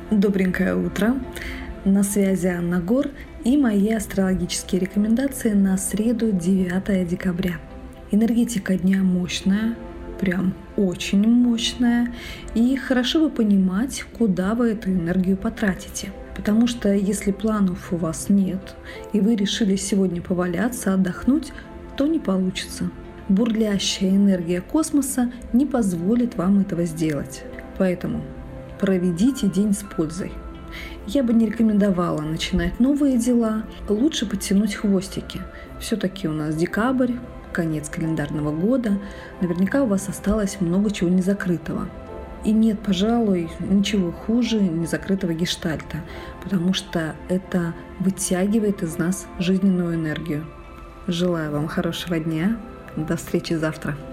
Добренькое утро. На связи Анна Гор и мои астрологические рекомендации на среду 9 декабря. Энергетика дня мощная, прям очень мощная, и хорошо бы понимать, куда вы эту энергию потратите. Потому что если планов у вас нет, и вы решили сегодня поваляться, отдохнуть, то не получится. Бурлящая энергия космоса не позволит вам этого сделать. Поэтому проведите день с пользой. Я бы не рекомендовала начинать новые дела, лучше подтянуть хвостики. Все-таки у нас декабрь, конец календарного года, наверняка у вас осталось много чего незакрытого. И нет, пожалуй, ничего хуже незакрытого гештальта, потому что это вытягивает из нас жизненную энергию. Желаю вам хорошего дня, до встречи завтра.